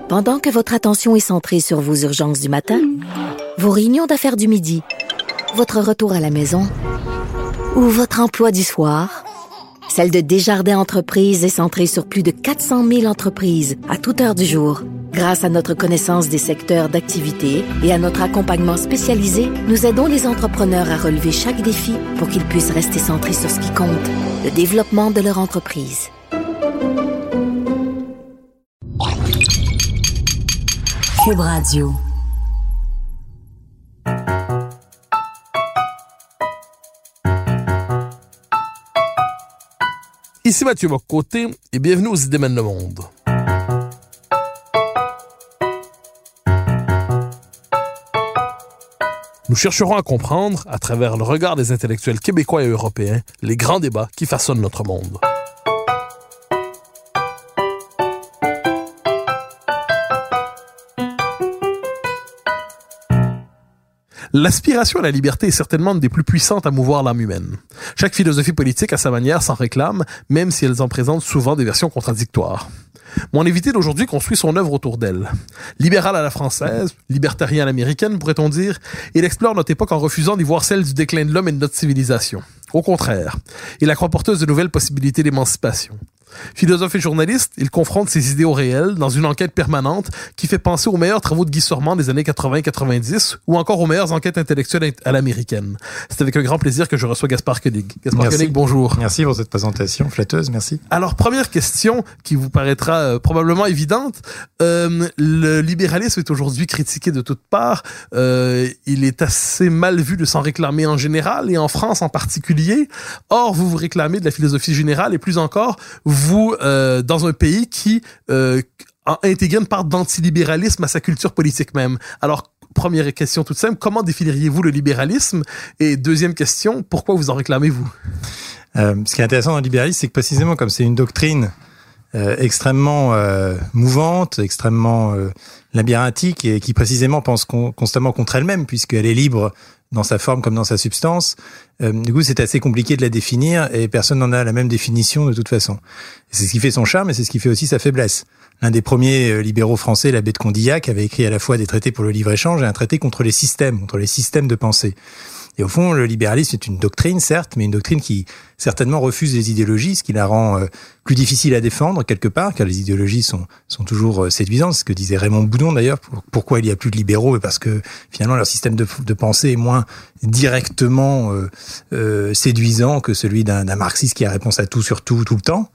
Pendant que votre attention est centrée sur vos urgences du matin, vos réunions d'affaires du midi, votre retour à la maison ou votre emploi du soir, celle de Desjardins Entreprises est centrée sur plus de 400 000 entreprises à toute heure du jour. Grâce à notre connaissance des secteurs d'activité et à notre accompagnement spécialisé, nous aidons les entrepreneurs à relever chaque défi pour qu'ils puissent rester centrés sur ce qui compte, le développement de leur entreprise. Cube Radio. Ici Mathieu Bock-Côté et bienvenue aux Idées mènent le monde. Nous chercherons à comprendre, à travers le regard des intellectuels québécois et européens, les grands débats qui façonnent notre monde. L'aspiration à la liberté est certainement une des plus puissantes à mouvoir l'âme humaine. Chaque philosophie politique, à sa manière, s'en réclame, même si elles en présentent souvent des versions contradictoires. Mon invité d'aujourd'hui construit son œuvre autour d'elle. Libéral à la française, libertarien à l'américaine, pourrait-on dire, il explore notre époque en refusant d'y voir celle du déclin de l'homme et de notre civilisation. Au contraire, il la croit porteuse de nouvelles possibilités d'émancipation. Philosophe et journaliste, il confronte ses idées au réel dans une enquête permanente qui fait penser aux meilleurs travaux de Guy Sormand des années 80-90 ou encore aux meilleures enquêtes intellectuelles à l'américaine. C'est avec un grand plaisir que je reçois Gaspard Koenig. Gaspard Koenig, bonjour. Merci pour cette présentation flatteuse, merci. Alors, première question qui vous paraîtra probablement évidente. Le libéralisme est aujourd'hui critiqué de toutes parts. Il est assez mal vu de s'en réclamer en général et en France en particulier. Or, vous vous réclamez de la philosophie générale et plus encore, vous, dans un pays qui a intégré une part d'antilibéralisme à sa culture politique même. Alors, première question toute simple, comment définiriez-vous le libéralisme? Et deuxième question, pourquoi vous en réclamez-vous? Ce qui est intéressant dans le libéralisme, c'est que précisément comme c'est une doctrine extrêmement mouvante, extrêmement labyrinthique et qui précisément pense constamment contre elle-même puisqu'elle est libre dans sa forme comme dans sa substance. Du coup, c'est assez compliqué de la définir et personne n'en a la même définition de toute façon. Et c'est ce qui fait son charme et c'est ce qui fait aussi sa faiblesse. L'un des premiers libéraux français, l'abbé de Condillac, avait écrit à la fois des traités pour le libre-échange et un traité contre les systèmes de pensée. Et au fond, le libéralisme est une doctrine, certes, mais une doctrine qui certainement refuse les idéologies, ce qui la rend plus difficile à défendre quelque part, car les idéologies sont toujours séduisantes. C'est ce que disait Raymond Boudon d'ailleurs. Pourquoi il y a plus de libéraux? Et parce que finalement leur système de pensée est moins directement séduisant que celui d'un marxiste qui a réponse à tout sur tout le temps.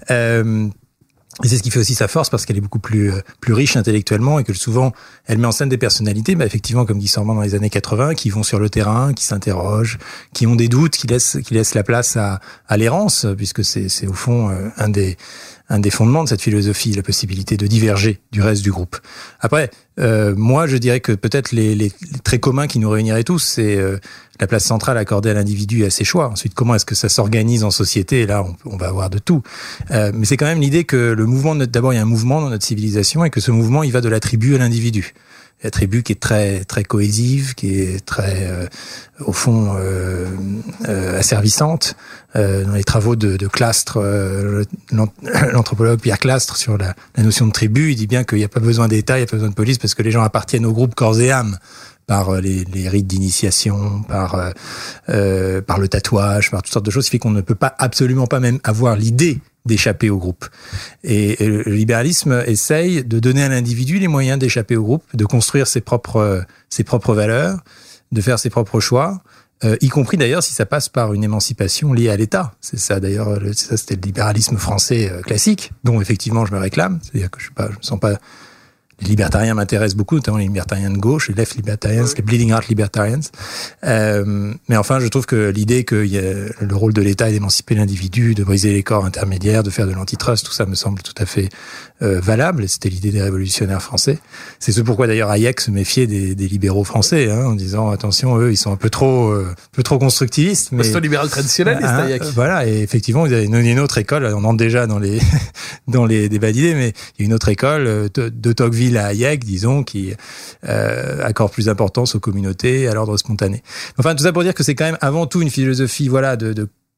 Et c'est ce qui fait aussi sa force parce qu'elle est beaucoup plus riche intellectuellement et que souvent elle met en scène des personnalités, effectivement comme Guy Sormand dans les années 80, qui vont sur le terrain, qui s'interrogent, qui ont des doutes, qui laissent la place à l'errance, puisque c'est au fond un des fondements de cette philosophie, la possibilité de diverger du reste du groupe. Après, moi je dirais que peut-être les traits communs qui nous réuniraient tous, c'est la place centrale accordée à l'individu et à ses choix. Ensuite, comment est-ce que ça s'organise en société? Et là, on va avoir de tout. Mais c'est quand même l'idée que le mouvement, d'abord, il y a un mouvement dans notre civilisation et que ce mouvement, il va de la tribu à l'individu. La tribu qui est très très cohésive, qui est très au fond asservissante. Dans les travaux de Clastres, l'anthropologue Pierre Clastres sur la notion de tribu, il dit bien qu'il n'y a pas besoin d'État, il n'y a pas besoin de police parce que les gens appartiennent au groupe corps et âme par les rites d'initiation, par le tatouage, par toutes sortes de choses, ce qui fait qu'on ne peut pas absolument pas même avoir l'idée d'échapper au groupe. Et le libéralisme essaye de donner à l'individu les moyens d'échapper au groupe, de construire ses propres valeurs, de faire ses propres choix, y compris d'ailleurs si ça passe par une émancipation liée à l'État. C'est ça d'ailleurs, c'était le libéralisme français classique, dont effectivement je me réclame. C'est-à-dire que je me sens pas... Les libertariens m'intéressent beaucoup, notamment les libertariens de gauche, les left libertarians, les bleeding heart libertarians. Mais enfin, je trouve que l'idée que le rôle de l'État est d'émanciper l'individu, de briser les corps intermédiaires, de faire de l'antitrust, tout ça me semble tout à fait valable. Et c'était l'idée des révolutionnaires français. C'est ce pourquoi d'ailleurs Hayek se méfiait des libéraux français, en disant attention, eux, ils sont un peu trop constructivistes. Mais c'est un libéral traditionnaliste, Hayek. Voilà, et effectivement, il y a une autre école. On entre déjà dans les débats d'idées, mais il y a une autre école de Tocqueville à Hayek, disons, qui accorde plus d'importance aux communautés, à l'ordre spontané. Enfin, tout ça pour dire que c'est quand même avant tout une philosophie, voilà, de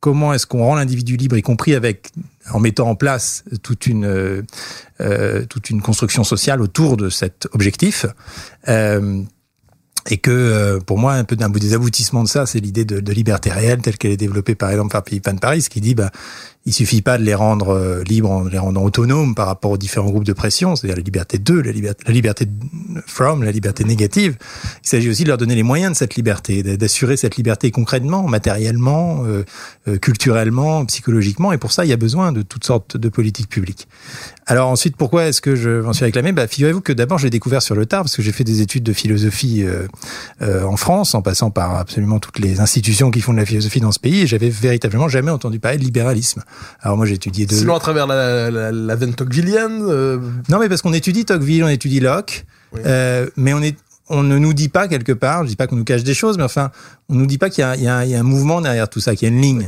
comment est-ce qu'on rend l'individu libre, y compris en mettant en place toute une construction sociale autour de cet objectif. Et que, pour moi, un peu d'un bout des aboutissements de ça, c'est l'idée de liberté réelle, telle qu'elle est développée, par exemple, par Philippe Van Parijs, qui dit, il suffit pas de les rendre libres en les rendant autonomes par rapport aux différents groupes de pression, c'est-à-dire la liberté la liberté from, la liberté négative. Il s'agit aussi de leur donner les moyens de cette liberté, d'assurer cette liberté concrètement, matériellement, culturellement, psychologiquement. Et pour ça, il y a besoin de toutes sortes de politiques publiques. Alors ensuite, pourquoi est-ce que je m'en suis réclamé ? Figurez-vous que d'abord, je l'ai découvert sur le tard, parce que j'ai fait des études de philosophie en France, en passant par absolument toutes les institutions qui font de la philosophie dans ce pays, et j'avais véritablement jamais entendu parler de libéralisme. Alors moi, j'ai étudié Sinon, à travers la veine tocquevillienne Non, mais parce qu'on étudie Tocqueville, on étudie Locke, oui. Mais on ne nous dit pas quelque part, je dis pas qu'on nous cache des choses, mais enfin, on nous dit pas qu'il y a un mouvement derrière tout ça, qu'il y a une ligne.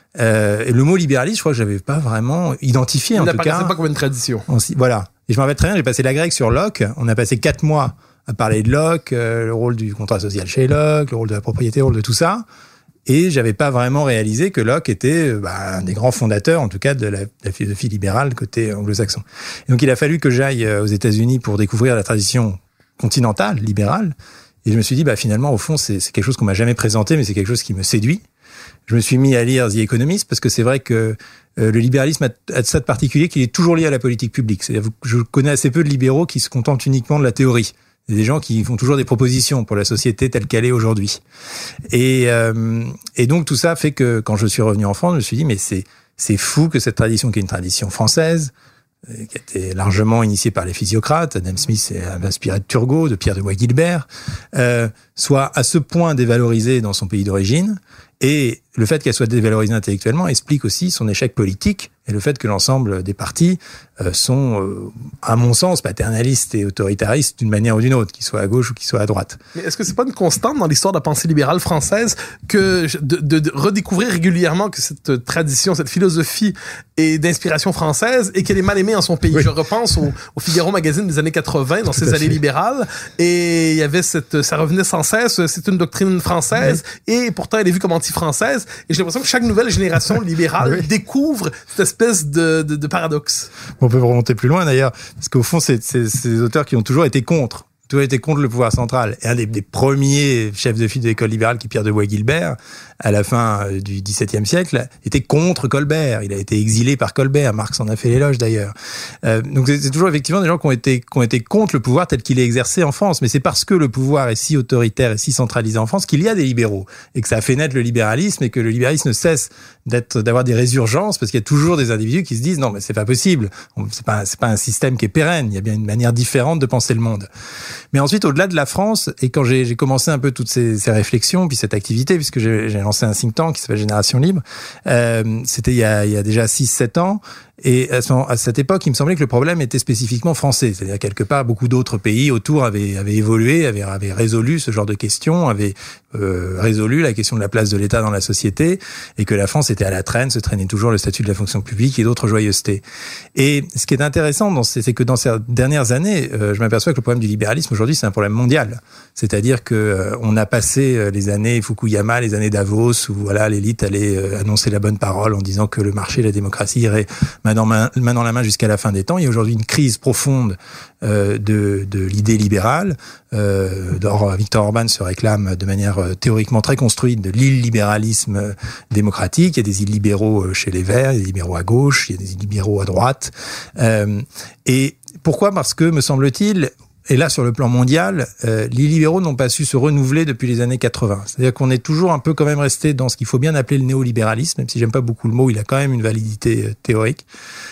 Et le mot libéralisme, je crois que j'avais pas vraiment identifié, en tout cas. Il n'apparaissait pas comme une tradition. Voilà. Et je m'en rappelle très bien, j'ai passé la grecque sur Locke, on a passé 4 mois à parler de Locke, le rôle du contrat social chez Locke, le rôle de la propriété, le rôle de tout ça. Et j'avais pas vraiment réalisé que Locke était un des grands fondateurs, en tout cas, de la philosophie libérale côté anglo-saxon. Et donc il a fallu que j'aille aux États-Unis pour découvrir la tradition continentale, libérale. Et je me suis dit, finalement, au fond, c'est quelque chose qu'on m'a jamais présenté, mais c'est quelque chose qui me séduit. Je me suis mis à lire The Economist, parce que c'est vrai que le libéralisme a ça de particulier qu'il est toujours lié à la politique publique. C'est-à-dire, je connais assez peu de libéraux qui se contentent uniquement de la théorie. C'est des gens qui font toujours des propositions pour la société telle qu'elle est aujourd'hui. Et donc tout ça fait que quand je suis revenu en France, je me suis dit mais c'est fou que cette tradition qui est une tradition française, qui a été largement initiée par les physiocrates, Adam Smith est inspiré de Turgot, de Pierre de Bois-Guilbert, soit à ce point dévalorisée dans son pays d'origine. Et le fait qu'elle soit dévalorisée intellectuellement explique aussi son échec politique et le fait que l'ensemble des partis sont, à mon sens, paternalistes et autoritaristes d'une manière ou d'une autre, qu'ils soient à gauche ou qu'ils soient à droite. Mais est-ce que c'est pas une constante dans l'histoire de la pensée libérale française que de redécouvrir régulièrement que cette tradition, cette philosophie est d'inspiration française et qu'elle est mal aimée en son pays? Oui. Je repense au Figaro Magazine des années 80, dans ces années libérales, et il y avait ça revenait sans cesse, c'est une doctrine française, oui. Et pourtant elle est vue comme anti-française, et j'ai l'impression que chaque nouvelle génération libérale oui. découvre cette espèce de paradoxe. On peut remonter plus loin d'ailleurs, parce qu'au fond, c'est des auteurs qui ont toujours été contre le pouvoir central. Et un des premiers chefs de file de l'école libérale, qui est Pierre de Bois-Guilbert, à la fin du XVIIe siècle, était contre Colbert. Il a été exilé par Colbert. Marx en a fait l'éloge d'ailleurs. Donc c'est toujours effectivement des gens qui ont été contre le pouvoir tel qu'il est exercé en France. Mais c'est parce que le pouvoir est si autoritaire et si centralisé en France qu'il y a des libéraux. Et que ça a fait naître le libéralisme et que le libéralisme ne cesse d'avoir des résurgences parce qu'il y a toujours des individus qui se disent non, mais c'est pas possible. C'est pas un système qui est pérenne. Il y a bien une manière différente de penser le monde. Mais ensuite, au-delà de la France, et quand j'ai commencé un peu toutes ces réflexions, puis cette activité, puisque j'ai lancé un think tank qui s'appelle Génération Libre, c'était il y a déjà 6-7 ans, et à cette époque, il me semblait que le problème était spécifiquement français. C'est-à-dire, quelque part, beaucoup d'autres pays autour avaient évolué, avaient résolu ce genre de questions, avaient résolu la question de la place de l'État dans la société, et que la France était à la traîne, se traînait toujours le statut de la fonction publique et d'autres joyeusetés. Et ce qui est intéressant, c'est que dans ces dernières années, je m'aperçois que le problème du libéralisme aujourd'hui, c'est un problème mondial. C'est-à-dire que on a passé les années Fukuyama, les années Davos, où voilà, l'élite allait annoncer la bonne parole en disant que le marché et la démocratie iraient main dans la main jusqu'à la fin des temps. Il y a aujourd'hui une crise profonde de l'idée libérale. Viktor Orban se réclame de manière théoriquement très construite de l'illibéralisme démocratique. Il y a des illibéraux chez les Verts, il y a des libéraux à gauche, il y a des illibéraux à droite. Et pourquoi ? Parce que, me semble-t-il, et là, sur le plan mondial, les libéraux n'ont pas su se renouveler depuis les années 80. C'est-à-dire qu'on est toujours un peu quand même resté dans ce qu'il faut bien appeler le néolibéralisme, même si j'aime pas beaucoup le mot, il a quand même une validité théorique.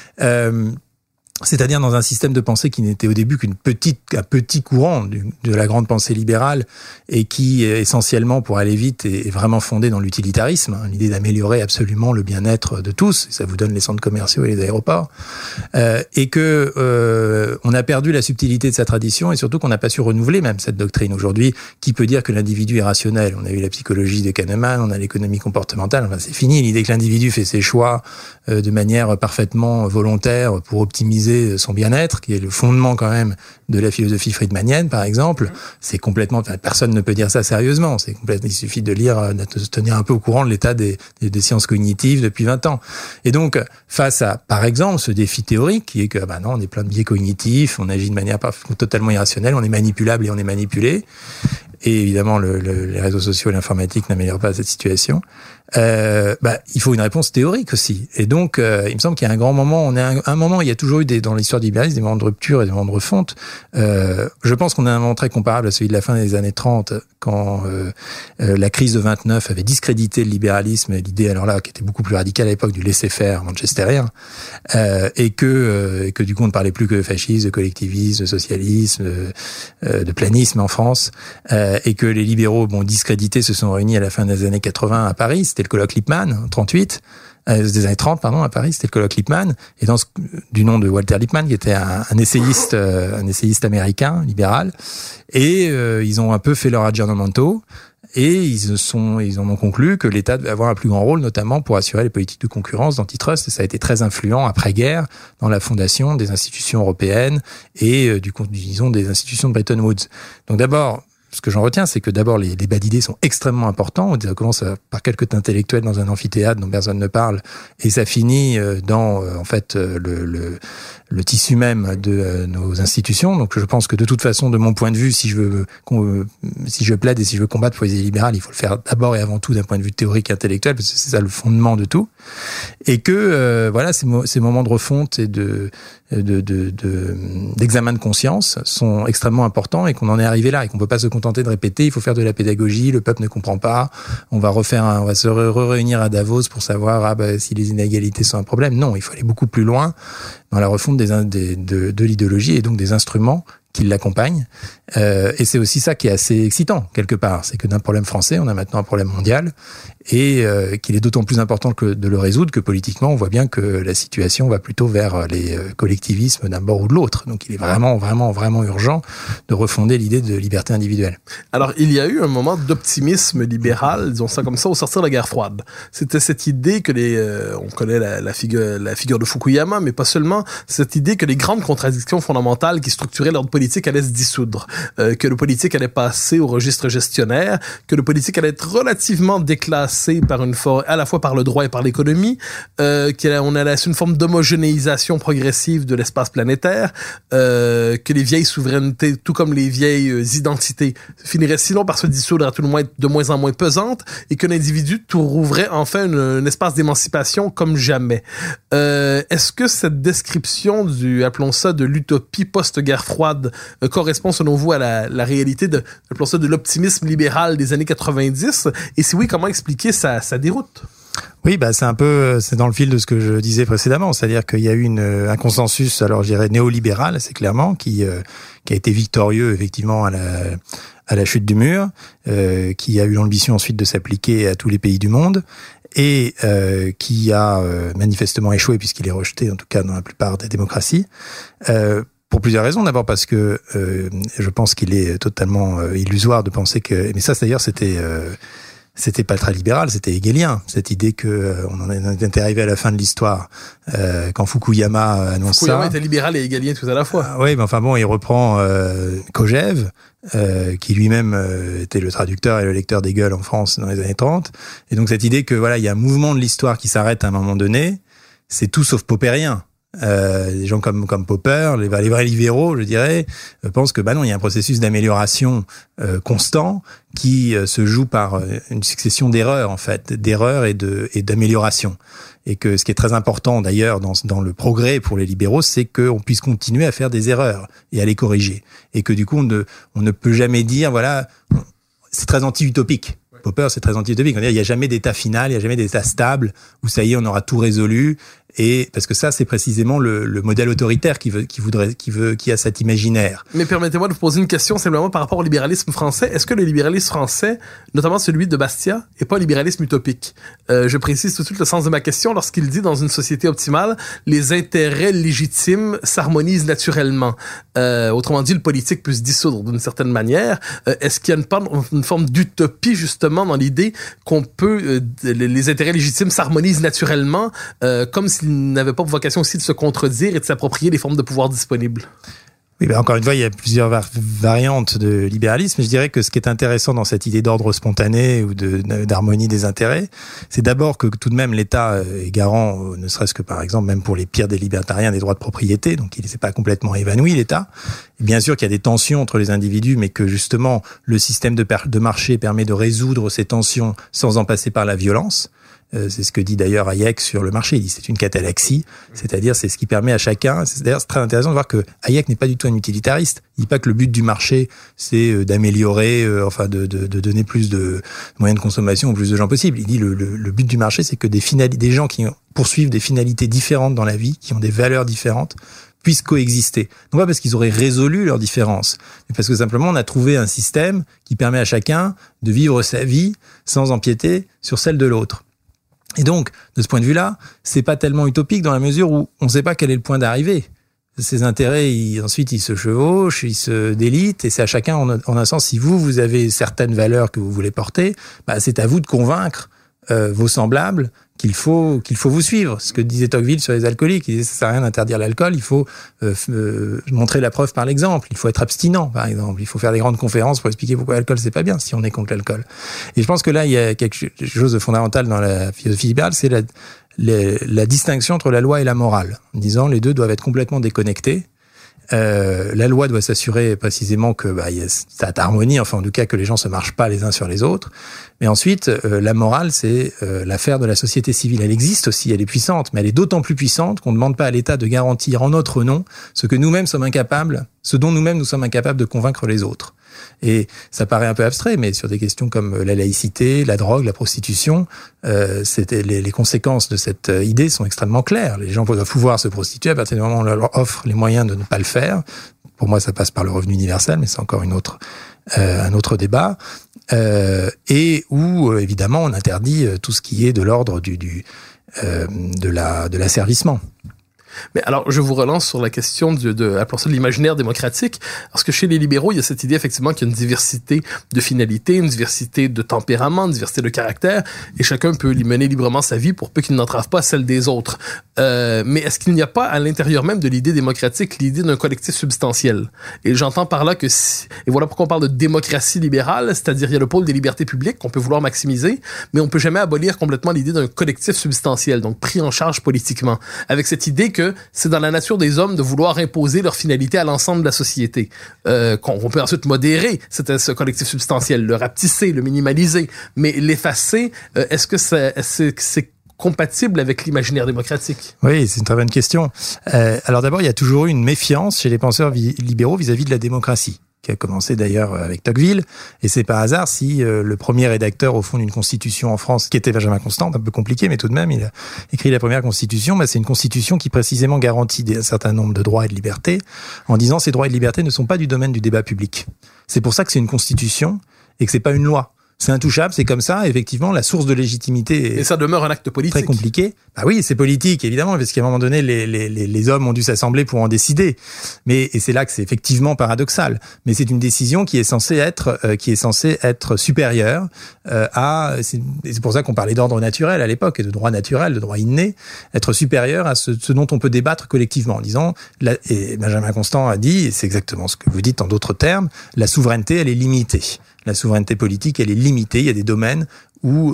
C'est-à-dire dans un système de pensée qui n'était au début qu'un petit courant de la grande pensée libérale et qui, essentiellement, pour aller vite, est vraiment fondé dans l'utilitarisme, hein, l'idée d'améliorer absolument le bien-être de tous, et ça vous donne les centres commerciaux et les aéroports, et que on a perdu la subtilité de sa tradition et surtout qu'on n'a pas su renouveler même cette doctrine. Aujourd'hui, qui peut dire que l'individu est rationnel ? On a eu la psychologie de Kahneman, on a l'économie comportementale, enfin c'est fini, l'idée que l'individu fait ses choix de manière parfaitement volontaire pour optimiser opposer son bien-être, qui est le fondement quand même de la philosophie friedmanienne, par exemple. C'est complètement, personne ne peut dire ça sérieusement. Il suffit de lire, de se tenir un peu au courant de l'état des sciences cognitives depuis 20 ans. Et donc, face à, par exemple, ce défi théorique qui est que, non, on est plein de biais cognitifs, on agit de manière totalement irrationnelle, on est manipulable et on est manipulé. Et évidemment, les réseaux sociaux et l'informatique n'améliorent pas cette situation. Il faut une réponse théorique aussi. Et donc, il me semble qu'il y a un grand moment, un moment, il y a toujours eu dans l'histoire du libéralisme des moments de rupture et des moments de refonte. Je pense qu'on a un moment très comparable à celui de la fin des années 30, quand la crise de 29 avait discrédité le libéralisme et l'idée, alors là, qui était beaucoup plus radicale à l'époque, du laisser-faire manchestérien, et que du coup, on ne parlait plus que de fascisme, de collectivisme, de socialisme, de planisme en France, et que les libéraux, discrédités, se sont réunis à la fin des années 80 à Paris. C'était le colloque Lippmann, en 38, des années 30, pardon, à Paris, c'était le colloque Lippmann, et du nom de Walter Lippmann, qui était un essayiste américain, libéral, et ils ont un peu fait leur aggiornamento, et ils en ont conclu que l'État devait avoir un plus grand rôle, notamment pour assurer les politiques de concurrence, d'antitrust, et ça a été très influent après-guerre dans la fondation des institutions européennes et disons des institutions de Bretton Woods. Donc d'abord, ce que j'en retiens, c'est que d'abord, les débats d'idées sont extrêmement importants. Ça commence par quelques intellectuels dans un amphithéâtre dont personne ne parle, et ça finit dans le tissu même de nos institutions. Donc je pense que de toute façon, de mon point de vue, si je plaide et si je veux combattre pour les idées libérales, il faut le faire d'abord et avant tout d'un point de vue théorique et intellectuel, parce que c'est ça le fondement de tout. Et que ces moments de refonte et d'examen de conscience sont extrêmement importants, et qu'on en est arrivé là, et qu'on peut pas se contenter de répéter, il faut faire de la pédagogie, le peuple ne comprend pas, on va se réunir à Davos pour savoir si les inégalités sont un problème. Non, il faut aller beaucoup plus loin dans la refonte de l'idéologie et donc des instruments qui l'accompagnent. Et c'est aussi ça qui est assez excitant, quelque part. C'est que d'un problème français, on a maintenant un problème mondial, et qu'il est d'autant plus important de le résoudre que politiquement, on voit bien que la situation va plutôt vers les collectivismes d'un bord ou de l'autre. Donc il est vraiment, vraiment, vraiment urgent de refonder l'idée de liberté individuelle. Alors, il y a eu un moment d'optimisme libéral, disons ça comme ça, au sortir de la guerre froide. C'était cette idée que on connaît la figure de Fukuyama, mais pas seulement, cette idée que les grandes contradictions fondamentales qui structuraient l'ordre politique allaient se dissoudre, que le politique allait passer au registre gestionnaire, que le politique allait être relativement déclassé à la fois par le droit et par l'économie, qu'on allait sur une forme d'homogénéisation progressive de l'espace planétaire, que les vieilles souverainetés, tout comme les vieilles identités, finiraient sinon par se dissoudre, à tout le moins être de moins en moins pesantes, et que l'individu trouverait enfin un espace d'émancipation comme jamais. Est-ce que cette description appelons ça, de l'utopie post-guerre froide correspond selon vous à la réalité appelons ça, de l'optimisme libéral des années 90? Et si oui, comment expliquer sa déroute? Oui, c'est dans le fil de ce que je disais précédemment, c'est-à-dire qu'il y a eu un consensus, alors je dirais néolibéral, assez clairement, qui a été victorieux effectivement à la chute du mur, qui a eu l'ambition ensuite de s'appliquer à tous les pays du monde, et qui a manifestement échoué puisqu'il est rejeté, en tout cas dans la plupart des démocraties. Pour plusieurs raisons. D'abord parce que je pense qu'il est totalement illusoire de penser que... Mais ça, d'ailleurs, c'était pas très libéral, c'était hegelien, cette idée que on en était arrivé à la fin de l'histoire quand Fukuyama annonce ça. Fukuyama était libéral et hegelien tout à la fois. Oui, mais enfin bon, il reprend Kojève, qui lui-même était le traducteur et le lecteur d'Hegel en France dans les années 30. Et donc cette idée que il y a un mouvement de l'histoire qui s'arrête à un moment donné, c'est tout sauf popérien. Des gens comme Popper, les vrais libéraux, je dirais, pensent que non, il y a un processus d'amélioration constant qui se joue par une succession d'erreurs, en fait, d'erreurs et d'amélioration. Et que ce qui est très important d'ailleurs dans le progrès pour les libéraux, c'est qu'on puisse continuer à faire des erreurs et à les corriger. Et que du coup, on ne peut jamais dire, c'est très anti-utopique. Popper, c'est très anti-utopique. Il n'y a jamais d'état final, il n'y a jamais d'état stable où ça y est, on aura tout résolu. Et parce que ça, c'est précisément le modèle autoritaire qui a cet imaginaire. Mais permettez-moi de vous poser une question simplement par rapport au libéralisme français. Est-ce que le libéralisme français, notamment celui de Bastiat, est pas un libéralisme utopique? Je précise tout de suite le sens de ma question lorsqu'il dit dans une société optimale, les intérêts légitimes s'harmonisent naturellement. Autrement dit, le politique peut se dissoudre d'une certaine manière. Est-ce qu'il y a une forme d'utopie justement dans l'idée qu'on peut les intérêts légitimes s'harmonisent naturellement, comme si s'il n'avait pas pour vocation aussi de se contredire et de s'approprier des formes de pouvoir disponibles? Oui, ben encore une fois, il y a plusieurs variantes de libéralisme. Je dirais que ce qui est intéressant dans cette idée d'ordre spontané ou d'harmonie des intérêts, c'est d'abord que tout de même l'État est garant, ne serait-ce que par exemple, même pour les pires des libertariens, des droits de propriété. Donc il ne s'est pas complètement évanoui, l'État. Et bien sûr qu'il y a des tensions entre les individus, mais que justement le système de marché permet de résoudre ces tensions sans en passer par la violence. C'est ce que dit d'ailleurs Hayek sur le marché. Il dit c'est une catalaxie, c'est-à-dire c'est ce qui permet à chacun. D'ailleurs, c'est très intéressant de voir que Hayek n'est pas du tout un utilitariste. Il dit pas que le but du marché c'est d'améliorer, de donner plus de moyens de consommation aux plus de gens possible. Il dit le but du marché c'est que des gens qui poursuivent des finalités différentes dans la vie, qui ont des valeurs différentes, puissent coexister. Non pas parce qu'ils auraient résolu leurs différences, mais parce que simplement on a trouvé un système qui permet à chacun de vivre sa vie sans empiéter sur celle de l'autre. Et donc, de ce point de vue-là, c'est pas tellement utopique dans la mesure où on ne sait pas quel est le point d'arrivée. Ces intérêts, ensuite, ils se chevauchent, ils se délitent, et c'est à chacun, en un sens, si vous avez certaines valeurs que vous voulez porter, c'est à vous de convaincre vos semblables qu'il faut vous suivre. Ce que disait Tocqueville sur les alcooliques, il disait ça sert à rien d'interdire l'alcool, il faut montrer la preuve par l'exemple, il faut être abstinent par exemple, il faut faire des grandes conférences pour expliquer pourquoi l'alcool c'est pas bien si on est contre l'alcool. Et je pense que là il y a quelque chose de fondamental dans la philosophie libérale, c'est la distinction entre la loi et la morale, en disant les deux doivent être complètement déconnectés. La loi doit s'assurer précisément que il y a cette harmonie, enfin en tout cas que les gens se marchent pas les uns sur les autres. Mais ensuite, la morale, c'est l'affaire de la société civile. Elle existe aussi, elle est puissante, mais elle est d'autant plus puissante qu'on ne demande pas à l'État de garantir en notre nom ce dont nous-mêmes nous sommes incapables de convaincre les autres. Et ça paraît un peu abstrait, mais sur des questions comme la laïcité, la drogue, la prostitution, les conséquences de cette idée sont extrêmement claires. Les gens doivent pouvoir se prostituer à partir du moment où on leur offre les moyens de ne pas le faire. Pour moi, ça passe par le revenu universel, mais c'est encore un autre débat. Et où, évidemment, on interdit tout ce qui est de l'ordre de l'asservissement. Mais alors, je vous relance sur la question appelons ça de l'imaginaire démocratique, parce que chez les libéraux, il y a cette idée effectivement qu'il y a une diversité de finalités, une diversité de tempéraments, une diversité de caractères, et chacun peut y mener librement sa vie pour peu qu'il n'entrave pas celle des autres. Mais est-ce qu'il n'y a pas à l'intérieur même de l'idée démocratique l'idée d'un collectif substantiel? Et j'entends par là et voilà pourquoi on parle de démocratie libérale, c'est-à-dire il y a le pôle des libertés publiques qu'on peut vouloir maximiser, mais on peut jamais abolir complètement l'idée d'un collectif substantiel, donc pris en charge politiquement, avec cette idée que c'est dans la nature des hommes de vouloir imposer leur finalité à l'ensemble de la société. Qu'on peut ensuite modérer ce collectif substantiel, le rapetisser, le minimaliser, mais l'effacer, est-ce que c'est compatible avec l'imaginaire démocratique? Oui, c'est une très bonne question. Alors d'abord, il y a toujours eu une méfiance chez les penseurs libéraux vis-à-vis de la démocratie, qui a commencé d'ailleurs avec Tocqueville, et c'est pas hasard si le premier rédacteur au fond d'une constitution en France, qui était Benjamin Constant, un peu compliqué, mais tout de même, il a écrit la première constitution, c'est une constitution qui précisément garantit un certain nombre de droits et de libertés, en disant ces droits et de libertés ne sont pas du domaine du débat public. C'est pour ça que c'est une constitution, et que c'est pas une loi. C'est intouchable, c'est comme ça. Effectivement, la source de légitimité et ça demeure un acte politique. Très compliqué. Oui, c'est politique, évidemment, parce qu'à un moment donné, les hommes ont dû s'assembler pour en décider. Et c'est là que c'est effectivement paradoxal. Mais c'est une décision qui est censée être supérieure c'est pour ça qu'on parlait d'ordre naturel à l'époque et de droit naturel, de droit inné, être supérieur à ce dont on peut débattre collectivement, en disant, et Benjamin Constant a dit, et c'est exactement ce que vous dites en d'autres termes, la souveraineté, elle est limitée. La souveraineté politique, elle est limitée. Il y a des domaines où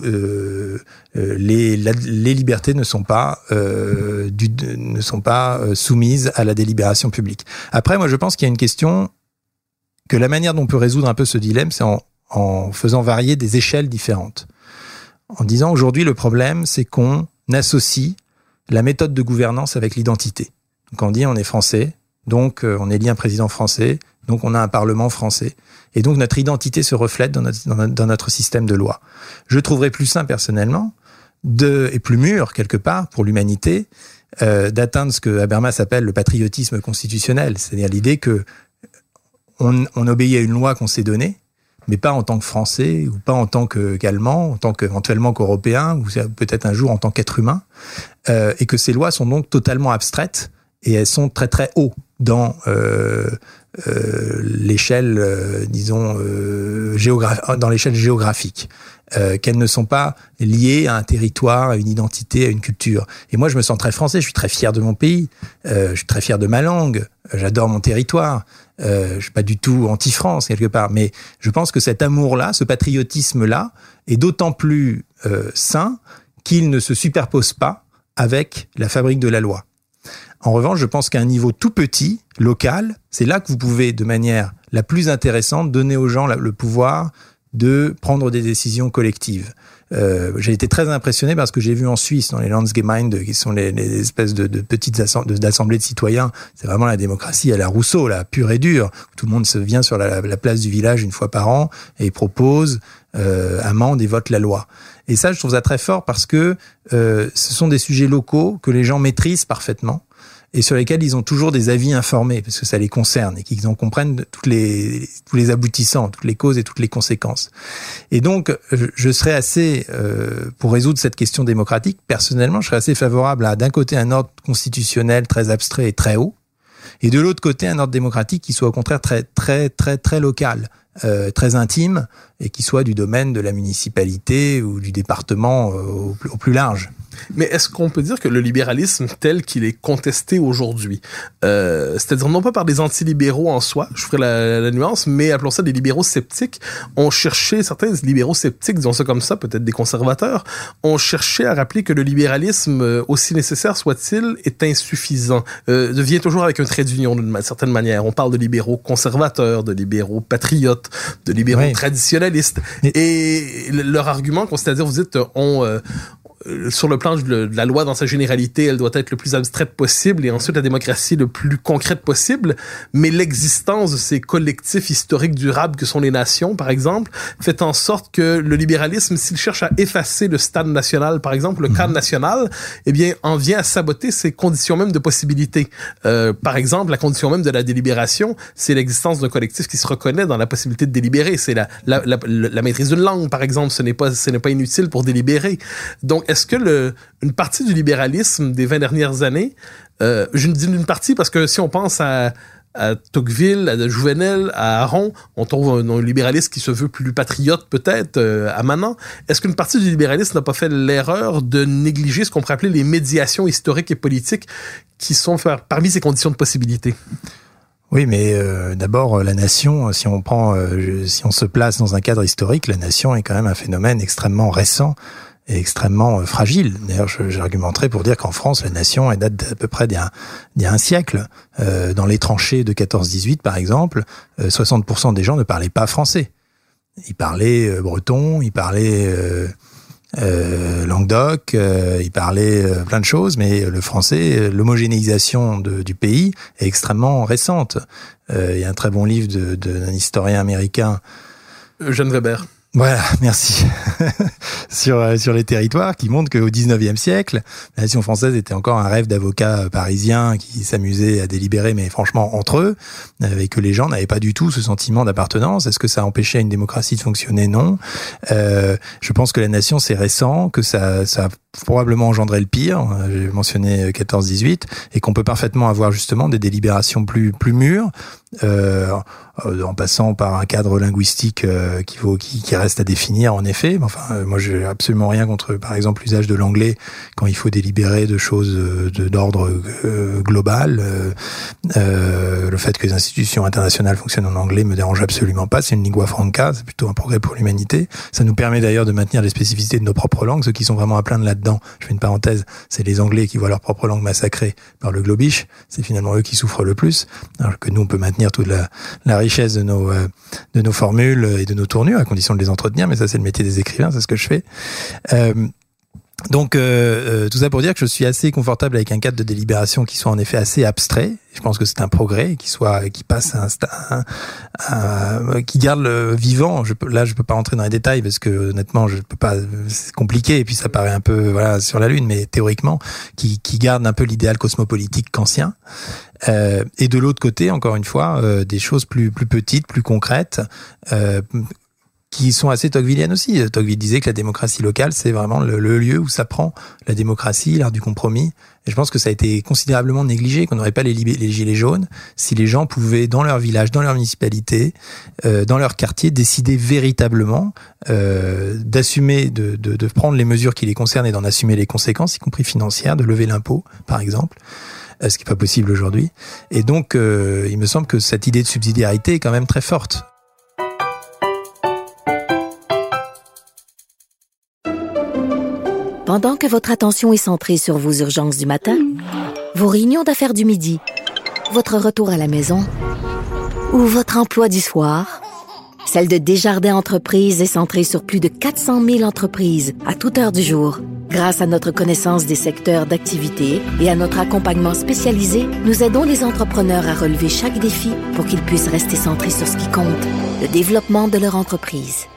les libertés ne sont pas soumises à la délibération publique. Après, moi, je pense qu'il y a une question que la manière dont on peut résoudre un peu ce dilemme, c'est en faisant varier des échelles différentes. En disant, aujourd'hui, le problème, c'est qu'on associe la méthode de gouvernance avec l'identité. Donc, on dit, on est français, donc on élit un président français, donc on a un parlement français. Et donc notre identité se reflète dans notre système de loi. Je trouverais plus sain personnellement, et plus mûr quelque part pour l'humanité, d'atteindre ce que Habermas appelle le patriotisme constitutionnel, c'est-à-dire l'idée que on obéit à une loi qu'on s'est donnée, mais pas en tant que Français, ou pas en tant qu'Allemand, en tant qu'éventuellement qu'Européen, ou peut-être un jour en tant qu'être humain, et que ces lois sont donc totalement abstraites, et elles sont très très haut dans l'échelle, dans l'échelle géographique, qu'elles ne sont pas liées à un territoire, à une identité, à une culture. Et moi, je me sens très français, je suis très fier de mon pays, je suis très fier de ma langue, j'adore mon territoire, je suis pas du tout anti-France quelque part, mais je pense que cet amour-là, ce patriotisme-là, est d'autant plus sain qu'il ne se superpose pas avec la fabrique de la loi. En revanche, je pense qu'à un niveau tout petit, local, c'est là que vous pouvez, de manière la plus intéressante, donner aux gens le pouvoir de prendre des décisions collectives. J'ai été très impressionné parce que j'ai vu en Suisse, dans les Landsgemeinde, qui sont les espèces de petites d'assemblées de citoyens, c'est vraiment la démocratie à la Rousseau, là, pure et dure. Tout le monde se vient sur la place du village une fois par an et propose, amende et vote la loi. Et ça, je trouve ça très fort parce que ce sont des sujets locaux que les gens maîtrisent parfaitement et sur lesquels ils ont toujours des avis informés parce que ça les concerne et qu'ils en comprennent tous les aboutissants, toutes les causes et toutes les conséquences. Et donc, je serais assez, pour résoudre cette question démocratique, personnellement, je serais assez favorable à, d'un côté, un ordre constitutionnel très abstrait et très haut, et de l'autre côté, un ordre démocratique qui soit au contraire très, très, très, très local, très intime, et qui soit du domaine de la municipalité ou du département au plus large. Mais est-ce qu'on peut dire que le libéralisme tel qu'il est contesté aujourd'hui, c'est-à-dire non pas par des antilibéraux en soi, je ferai la nuance, mais appelons ça des libéraux sceptiques, ont cherché, certains libéraux sceptiques, disons ça comme ça, peut-être des conservateurs, ont cherché à rappeler que le libéralisme, aussi nécessaire soit-il, est insuffisant, vient toujours avec un trait d'union d'une certaine manière. On parle de libéraux conservateurs, de libéraux patriotes, de libéraux traditionnalistes. Et leur argument, c'est-à-dire vous dites, sur le plan de la loi dans sa généralité, elle doit être le plus abstraite possible et ensuite la démocratie le plus concrète possible. Mais l'existence de ces collectifs historiques durables que sont les nations, par exemple, fait en sorte que le libéralisme, s'il cherche à effacer le stade national, par exemple, le cadre national, eh bien, en vient à saboter ses conditions même de possibilité. Par exemple, la condition même de la délibération, c'est l'existence d'un collectif qui se reconnaît dans la possibilité de délibérer. C'est la maîtrise d'une langue, par exemple. Ce n'est pas inutile pour délibérer. Donc, est-ce que une partie du libéralisme des 20 dernières années, je dis une partie parce que si on pense à Tocqueville, à Jouvenel, à Aron, on trouve un libéraliste qui se veut plus patriote peut-être, à Manon. Est-ce qu'une partie du libéralisme n'a pas fait l'erreur de négliger ce qu'on pourrait appeler les médiations historiques et politiques qui sont parmi ces conditions de possibilité? Oui, mais d'abord, la nation, si on se place dans un cadre historique, la nation est quand même un phénomène extrêmement récent et extrêmement fragile. D'ailleurs, j'argumenterais pour dire qu'en France, la nation, elle date à peu près d'il y a un siècle. Dans les tranchées de 14-18, par exemple, 60% des gens ne parlaient pas français. Ils parlaient breton, ils parlaient Languedoc, ils parlaient plein de choses, mais le français, l'homogénéisation du pays est extrêmement récente. Il y a un très bon livre d'un historien américain, Eugène Weber. Voilà, merci. sur les territoires, qui montre qu'au 19e siècle, la nation française était encore un rêve d'avocats parisiens qui s'amusaient à délibérer, mais franchement entre eux, et que les gens n'avaient pas du tout ce sentiment d'appartenance. Est-ce que ça empêchait une démocratie de fonctionner? Non. Je pense que la nation, c'est récent, que ça a probablement engendré le pire. J'ai mentionné 14-18, et qu'on peut parfaitement avoir justement des délibérations plus mûres, en passant par un cadre linguistique qui reste à définir en effet. Enfin, moi j'ai absolument rien contre, par exemple, l'usage de l'anglais quand il faut délibérer de choses d'ordre global. Le fait que les institutions internationales fonctionnent en anglais me dérange absolument pas. C'est une lingua franca, c'est plutôt un progrès pour l'humanité. Ça nous permet d'ailleurs de maintenir les spécificités de nos propres langues. Ceux qui sont vraiment à plaindre là-dedans, je fais une parenthèse, c'est les Anglais qui voient leur propre langue massacrée par le globish. C'est finalement eux qui souffrent le plus, alors que nous on peut maintenir toute la richesse de nos formules et de nos tournures, à condition de les entretenir, mais ça c'est le métier des écrivains, c'est ce que je fais. Donc tout ça pour dire que je suis assez confortable avec un cadre de délibération qui soit en effet assez abstrait. Je pense que c'est un progrès, qui passe qui garde le vivant. Je peux pas rentrer dans les détails parce que honnêtement, je peux pas. C'est compliqué et puis ça paraît un peu sur la lune, mais théoriquement, qui garde un peu l'idéal cosmopolitique kantien. Et de l'autre côté, encore une fois, des choses plus petites, plus concrètes. qui sont assez tocquevilliennes aussi. Tocqueville disait que la démocratie locale, c'est vraiment le lieu où s'apprend la démocratie, l'art du compromis. Et je pense que ça a été considérablement négligé, qu'on n'aurait pas les gilets jaunes si les gens pouvaient, dans leur village, dans leur municipalité, dans leur quartier, décider véritablement d'assumer, de prendre les mesures qui les concernent et d'en assumer les conséquences, y compris financières, de lever l'impôt, par exemple. Ce qui n'est pas possible aujourd'hui. Et donc, il me semble que cette idée de subsidiarité est quand même très forte. Pendant que votre attention est centrée sur vos urgences du matin, vos réunions d'affaires du midi, votre retour à la maison ou votre emploi du soir, celle de Desjardins Entreprises est centrée sur plus de 400 000 entreprises à toute heure du jour. Grâce à notre connaissance des secteurs d'activité et à notre accompagnement spécialisé, nous aidons les entrepreneurs à relever chaque défi pour qu'ils puissent rester centrés sur ce qui compte, le développement de leur entreprise.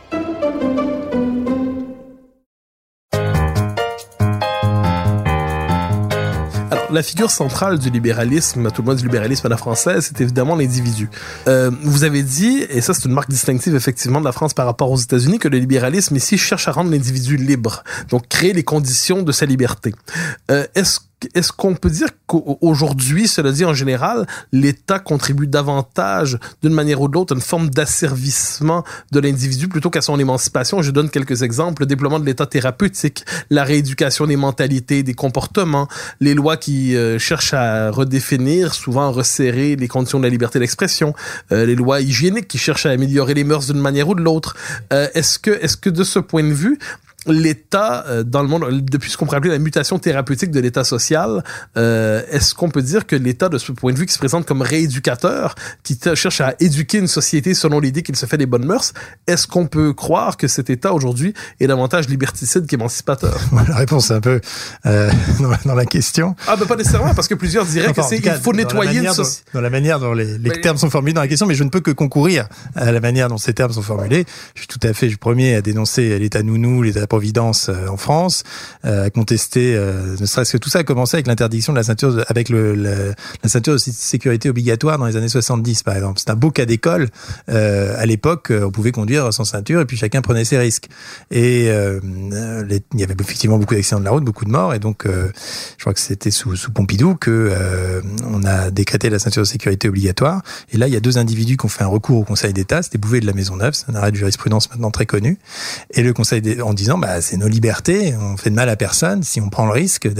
La figure centrale du libéralisme, tout le moins du libéralisme à la française, c'est évidemment l'individu. Vous avez dit, et ça c'est une marque distinctive effectivement de la France par rapport aux États-Unis, que le libéralisme ici cherche à rendre l'individu libre, donc créer les conditions de sa liberté. Est-ce qu'on peut dire qu'aujourd'hui, cela dit en général, l'État contribue davantage, d'une manière ou de l'autre, à une forme d'asservissement de l'individu plutôt qu'à son émancipation? Je donne quelques exemples. Le déploiement de l'État thérapeutique, la rééducation des mentalités, des comportements, les lois qui cherchent à redéfinir, souvent resserrer les conditions de la liberté d'expression, les lois hygiéniques qui cherchent à améliorer les mœurs d'une manière ou de l'autre. Est-ce que de ce point de vue, l'État, dans le monde, depuis ce qu'on pourrait appeler la mutation thérapeutique de l'État social, est-ce qu'on peut dire que l'État, de ce point de vue, qui se présente comme rééducateur, qui cherche à éduquer une société selon l'idée qu'il se fait des bonnes mœurs, est-ce qu'on peut croire que cet État, aujourd'hui, est davantage liberticide qu'émancipateur? La réponse est un peu dans la question. Ah, ben pas nécessairement, parce que plusieurs diraient il faut nettoyer une société. Dans la manière dont les termes sont formulés dans la question, mais je ne peux que concourir à la manière dont ces termes sont formulés. Je suis premier à dénoncer l'État nounou, l'État providence en France, à contester, ne serait-ce que tout ça a commencé avec l'interdiction de la ceinture, avec la ceinture de sécurité obligatoire dans les années 70, par exemple. C'est un beau cas d'école. À l'époque, on pouvait conduire sans ceinture et puis chacun prenait ses risques. Et il y avait effectivement beaucoup d'accidents de la route, beaucoup de morts, et donc je crois que c'était sous Pompidou que on a décrété la ceinture de sécurité obligatoire. Et là, il y a deux individus qui ont fait un recours au Conseil d'État. C'était Bouvet de la Maisonneuve, c'est un arrêt de jurisprudence maintenant très connu. Et le Conseil en disant, c'est nos libertés, on fait de mal à personne si on prend le risque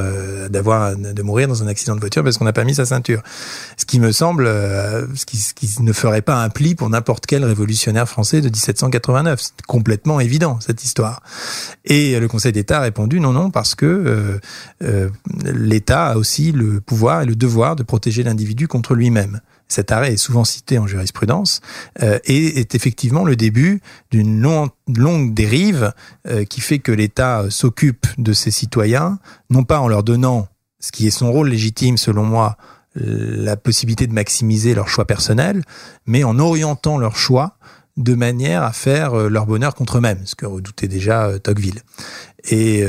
de mourir dans un accident de voiture parce qu'on n'a pas mis sa ceinture. Ce qui me semble, ce qui ne ferait pas un pli pour n'importe quel révolutionnaire français de 1789. C'est complètement évident, cette histoire. Et le Conseil d'État a répondu non, parce que l'État a aussi le pouvoir et le devoir de protéger l'individu contre lui-même. Cet arrêt est souvent cité en jurisprudence et est effectivement le début d'une longue dérive qui fait que l'État s'occupe de ses citoyens, non pas en leur donnant, ce qui est son rôle légitime selon moi, la possibilité de maximiser leur choix personnel, mais en orientant leur choix de manière à faire leur bonheur contre eux-mêmes, ce que redoutait déjà Tocqueville. Et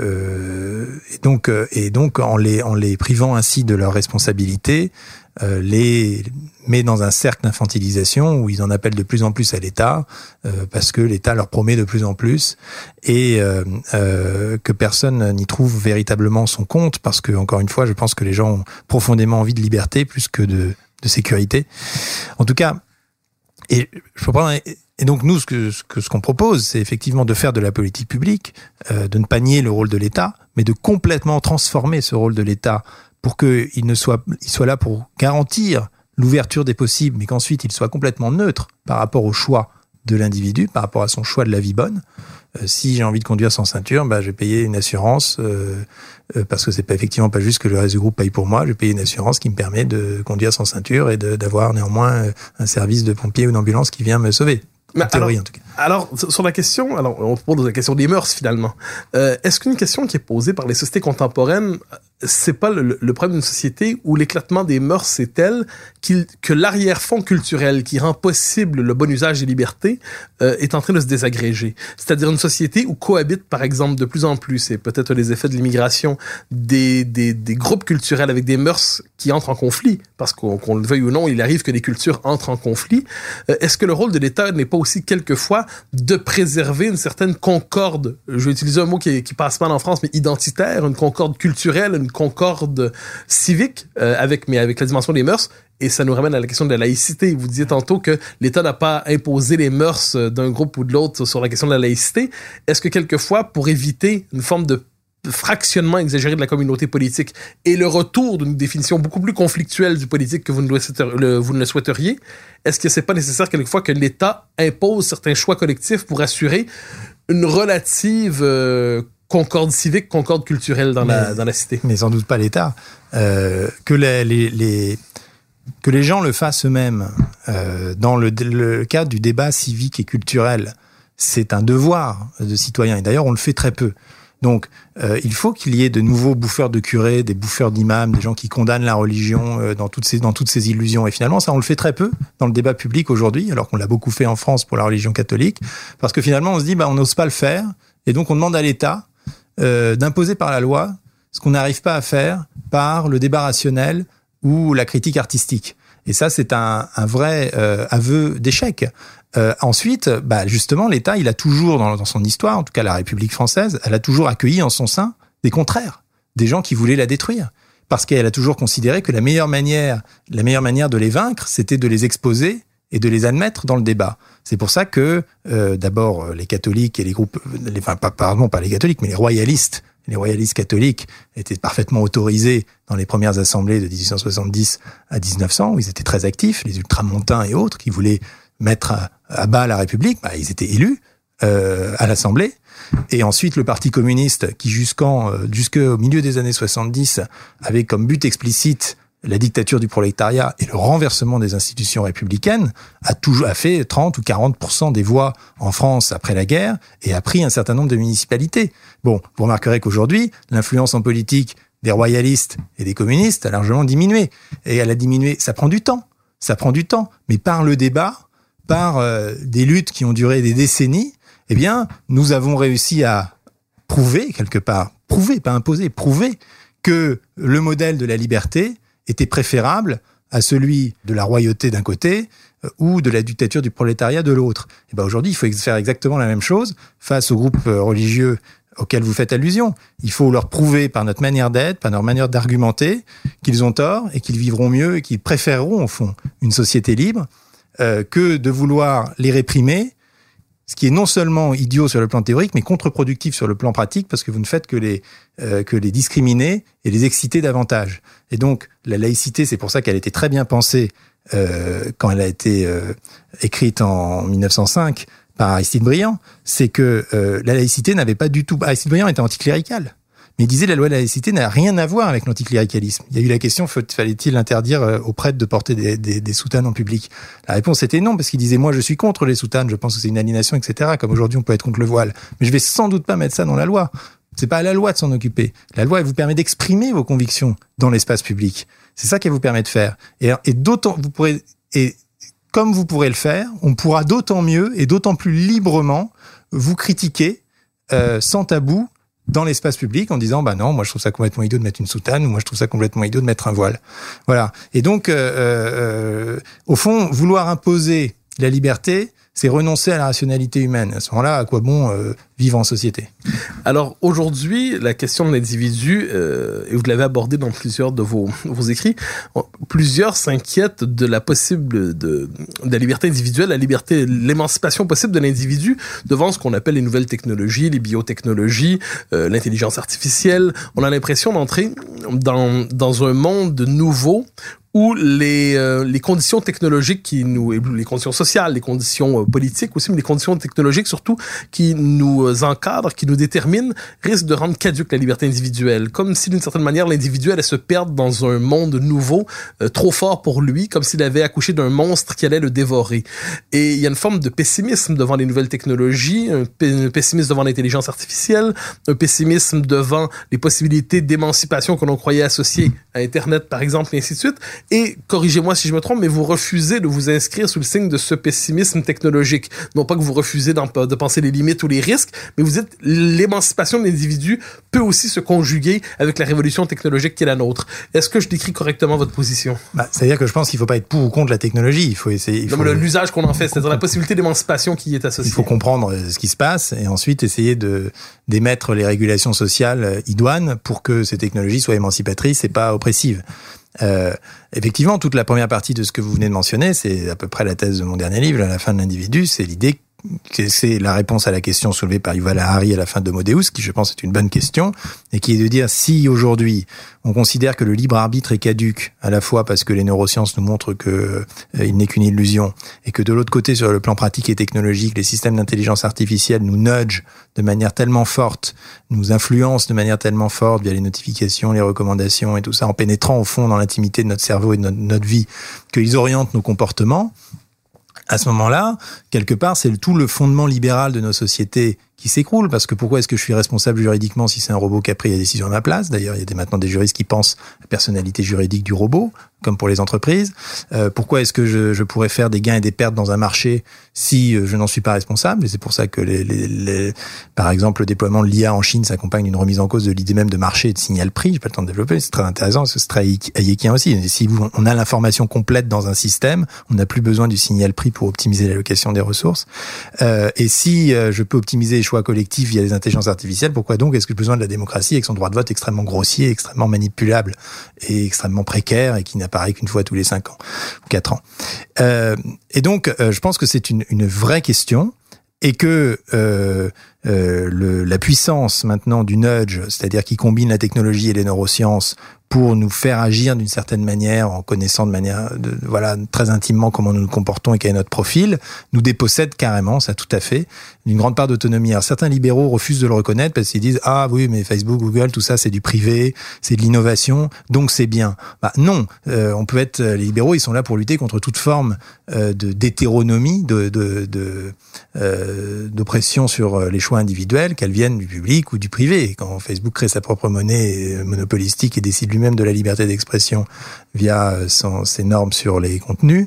donc en les privant ainsi de leurs responsabilités, les met dans un cercle d'infantilisation où ils en appellent de plus en plus à l'État parce que l'État leur promet de plus en plus et que personne n'y trouve véritablement son compte parce que, encore une fois, je pense que les gens ont profondément envie de liberté plus que de sécurité. En tout cas, et donc nous, ce qu'on propose, c'est effectivement de faire de la politique publique, de ne pas nier le rôle de l'État, mais de complètement transformer ce rôle de l'État pour qu'il soit là pour garantir l'ouverture des possibles, mais qu'ensuite il soit complètement neutre par rapport au choix de l'individu, par rapport à son choix de la vie bonne. Si j'ai envie de conduire sans ceinture, je vais payer une assurance parce que c'est effectivement pas juste que le reste du groupe paye pour moi. Je vais payer une assurance qui me permet de conduire sans ceinture et d'avoir néanmoins un service de pompier ou d'ambulance qui vient me sauver. En théorie, en tout cas. Alors, sur la question, on pose la question des mœurs, finalement. Est-ce qu'une question qui est posée par les sociétés contemporaines, c'est pas le problème d'une société où l'éclatement des mœurs est tel que l'arrière-fond culturel qui rend possible le bon usage des libertés est en train de se désagréger? C'est-à-dire une société où cohabitent, par exemple, de plus en plus, et peut-être les effets de l'immigration, des groupes culturels avec des mœurs qui entrent en conflit, parce qu'on le veuille ou non, il arrive que les cultures entrent en conflit. Est-ce que le rôle de l'État n'est pas aussi quelquefois de préserver une certaine concorde, je vais utiliser un mot qui passe mal en France, mais identitaire, une concorde culturelle, une concorde civique, avec la dimension des mœurs. Et ça nous ramène à la question de la laïcité. Vous disiez tantôt que l'État n'a pas imposé les mœurs d'un groupe ou de l'autre sur la question de la laïcité. Est-ce que quelquefois, pour éviter une forme de fractionnement exagéré de la communauté politique et le retour d'une définition beaucoup plus conflictuelle du politique que vous ne le souhaiteriez, est-ce que c'est pas nécessaire quelquefois que l'État impose certains choix collectifs pour assurer une relative concorde civique, concorde culturelle dans la cité? Mais sans doute pas l'État. Que les gens le fassent eux-mêmes dans le cadre du débat civique et culturel, c'est un devoir de citoyen. Et d'ailleurs, on le fait très peu. Donc, il faut qu'il y ait de nouveaux bouffeurs de curés, des bouffeurs d'imams, des gens qui condamnent la religion dans toutes ces illusions. Et finalement, ça, on le fait très peu dans le débat public aujourd'hui, alors qu'on l'a beaucoup fait en France pour la religion catholique, parce que finalement, on se dit, on n'ose pas le faire, et donc on demande à l'État d'imposer par la loi ce qu'on n'arrive pas à faire par le débat rationnel ou la critique artistique. Et ça, c'est un vrai aveu d'échec. Ensuite, justement, l'État, il a toujours, dans son histoire, en tout cas la République française, elle a toujours accueilli en son sein des contraires, des gens qui voulaient la détruire. Parce qu'elle a toujours considéré que la meilleure manière de les vaincre, c'était de les exposer et de les admettre dans le débat. C'est pour ça que, d'abord, les catholiques et les groupes, pas les catholiques, mais les royalistes catholiques étaient parfaitement autorisés dans les premières assemblées de 1870 à 1900, où ils étaient très actifs, les ultramontains et autres, qui voulaient mettre à bas la République, ils étaient élus à l'Assemblée. Et ensuite, le Parti communiste, qui jusqu'au milieu des années 70 avait comme but explicite la dictature du prolétariat et le renversement des institutions républicaines, a fait 30 ou 40% des voix en France après la guerre et a pris un certain nombre de municipalités. Bon, vous remarquerez qu'aujourd'hui, l'influence en politique des royalistes et des communistes a largement diminué. Et elle a diminué, ça prend du temps, mais par le débat, par des luttes qui ont duré des décennies, nous avons réussi à prouver, quelque part, pas imposer, prouver que le modèle de la liberté était préférable à celui de la royauté d'un côté ou de la dictature du prolétariat de l'autre. Et aujourd'hui, il faut faire exactement la même chose face aux groupes religieux auxquels vous faites allusion. Il faut leur prouver par notre manière d'être, par notre manière d'argumenter, qu'ils ont tort et qu'ils vivront mieux et qu'ils préféreront, au fond, une société libre que de vouloir les réprimer, ce qui est non seulement idiot sur le plan théorique, mais contre-productif sur le plan pratique, parce que vous ne faites que les discriminer et les exciter davantage. Et donc, la laïcité, c'est pour ça qu'elle a été très bien pensée quand elle a été écrite en 1905 par Aristide Briand, c'est que la laïcité n'avait pas du tout... Aristide Briand était anticlérical, mais il disait la loi de la laïcité n'a rien à voir avec l'anticléricalisme. Il y a eu la question, fallait-il interdire aux prêtres de porter des soutanes en public? La réponse était non, parce qu'il disait, moi je suis contre les soutanes, je pense que c'est une aliénation, etc., comme aujourd'hui on peut être contre le voile. Mais je vais sans doute pas mettre ça dans la loi. C'est pas à la loi de s'en occuper. La loi, elle vous permet d'exprimer vos convictions dans l'espace public. C'est ça qu'elle vous permet de faire. Et d'autant, comme vous pourrez le faire, on pourra d'autant mieux et d'autant plus librement vous critiquer sans tabou dans l'espace public en disant non, moi je trouve ça complètement idiot de mettre une soutane, ou moi je trouve ça complètement idiot de mettre un voile. Voilà. Et donc au fond, vouloir imposer la liberté, c'est renoncer à la rationalité humaine. À ce moment-là, à quoi bon vivre en société? Alors aujourd'hui, la question de l'individu, et vous l'avez abordé dans plusieurs de vos écrits, plusieurs s'inquiètent de la possible de la liberté individuelle, l'émancipation possible de l'individu devant ce qu'on appelle les nouvelles technologies, les biotechnologies, l'intelligence artificielle. On a l'impression d'entrer dans un monde nouveau où les conditions technologiques les conditions sociales, les conditions politiques aussi, mais les conditions technologiques surtout qui nous encadrent, qui nous déterminent, risquent de rendre caduque la liberté individuelle. Comme si d'une certaine manière l'individu allait se perdre dans un monde nouveau, trop fort pour lui, comme s'il avait accouché d'un monstre qui allait le dévorer. Et il y a une forme de pessimisme devant les nouvelles technologies, un pessimisme devant l'intelligence artificielle, un pessimisme devant les possibilités d'émancipation que l'on croyait associées à Internet, par exemple, et ainsi de suite. Et, corrigez-moi si je me trompe, mais vous refusez de vous inscrire sous le signe de ce pessimisme technologique. Non pas que vous refusez de penser les limites ou les risques, Mais vous dites, l'émancipation de l'individu peut aussi se conjuguer avec la révolution technologique qui est la nôtre. Est-ce que je décris correctement votre position? C'est-à-dire que je pense qu'il ne faut pas être pour ou contre la technologie. Il faut essayer. L'usage qu'on en fait, c'est-à-dire la possibilité d'émancipation qui y est associée. Il faut comprendre ce qui se passe et ensuite essayer d'émettre les régulations sociales idoines pour que ces technologies soient émancipatrices et pas oppressives. Effectivement, toute la première partie de ce que vous venez de mentionner, c'est à peu près la thèse de mon dernier livre, à la fin de l'individu, c'est l'idée que c'est la réponse à la question soulevée par Yuval Harari à la fin d'Homo Deus, qui je pense est une bonne question, et qui est de dire si aujourd'hui on considère que le libre arbitre est caduc, à la fois parce que les neurosciences nous montrent que il n'est qu'une illusion, et que de l'autre côté, sur le plan pratique et technologique, les systèmes d'intelligence artificielle nous nudgent de manière tellement forte, nous influencent de manière tellement forte via les notifications, les recommandations et tout ça, en pénétrant au fond dans l'intimité de notre cerveau et de notre vie, qu'ils orientent nos comportements. À ce moment-là, quelque part, c'est tout le fondement libéral de nos sociétés qui s'écroule, parce que pourquoi est-ce que je suis responsable juridiquement si c'est un robot qui a pris la décision à ma place? D'ailleurs, il y a maintenant des juristes qui pensent à la personnalité juridique du robot, comme pour les entreprises. Pourquoi est-ce que je pourrais faire des gains et des pertes dans un marché si je n'en suis pas responsable? Et c'est pour ça que par exemple, le déploiement de l'IA en Chine s'accompagne d'une remise en cause de l'idée même de marché et de signal prix. J'ai pas le temps de développer, c'est très intéressant, c'est très hayekien aussi. Et si on a l'information complète dans un système, on n'a plus besoin du signal prix pour optimiser l'allocation des ressources. Et si je peux optimiser les choix collectifs via les intelligences artificielles, pourquoi donc est-ce que j'ai besoin de la démocratie avec son droit de vote extrêmement grossier, extrêmement manipulable et extrêmement précaire et qui n'apparaît qu'une fois tous les 5 ans ou 4 ans. Et donc, je pense que c'est une vraie question et que la puissance maintenant du nudge, c'est-à-dire qui combine la technologie et les neurosciences pour nous faire agir d'une certaine manière, en connaissant de manière très intimement comment nous nous comportons et quel est notre profil, nous dépossède carrément, ça tout à fait, d'une grande part d'autonomie. Alors certains libéraux refusent de le reconnaître parce qu'ils disent ah oui mais Facebook, Google, tout ça c'est du privé, c'est de l'innovation, donc c'est bien. Non, on peut être les libéraux, ils sont là pour lutter contre toute forme d'hétéronomie, d'oppression sur les choix individuels, qu'elles viennent du public ou du privé. Quand Facebook crée sa propre monnaie monopolistique et décide lui-même de la liberté d'expression via ses normes sur les contenus,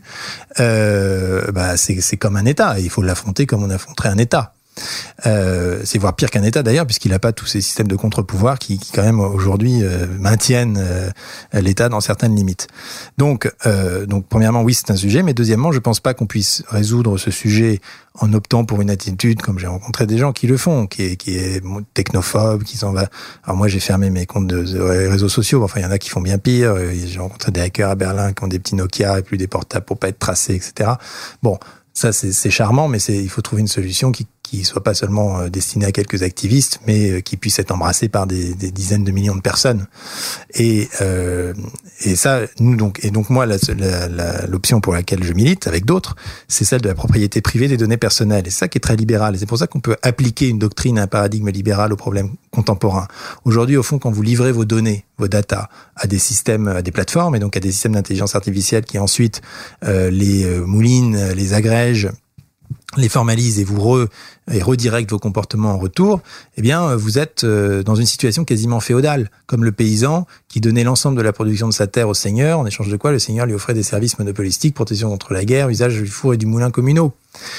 c'est comme un État et il faut l'affronter comme on affronterait un État. C'est voire pire qu'un État d'ailleurs, puisqu'il n'a pas tous ces systèmes de contre-pouvoir qui quand même aujourd'hui maintiennent l'État dans certaines limites. Donc premièrement, oui, c'est un sujet, mais deuxièmement, je pense pas qu'on puisse résoudre ce sujet en optant pour une attitude, comme j'ai rencontré des gens qui le font, qui est technophobe, qui s'en va. Alors moi, j'ai fermé mes comptes de réseaux sociaux. Enfin, il y en a qui font bien pire. J'ai rencontré des hackers à Berlin qui ont des petits Nokia et plus des portables pour pas être tracés, etc. Bon. Ça, c'est charmant, mais il faut trouver une solution qui soit pas seulement destinée à quelques activistes, mais qui puisse être embrassée par des dizaines de millions de personnes. Et ça, donc moi, l'option pour laquelle je milite avec d'autres, c'est celle de la propriété privée des données personnelles. Et c'est ça qui est très libéral. Et c'est pour ça qu'on peut appliquer une doctrine, un paradigme libéral aux problèmes contemporains. Aujourd'hui, au fond, quand vous livrez vos données, vos data à des systèmes, à des plateformes, et donc à des systèmes d'intelligence artificielle qui ensuite les moulinent, les agrègent, les formalise et redirecte vos comportements en retour, eh bien, vous êtes dans une situation quasiment féodale, comme le paysan qui donnait l'ensemble de la production de sa terre au seigneur, en échange de quoi le seigneur lui offrait des services monopolistiques, protection contre la guerre, usage du four et du moulin communaux.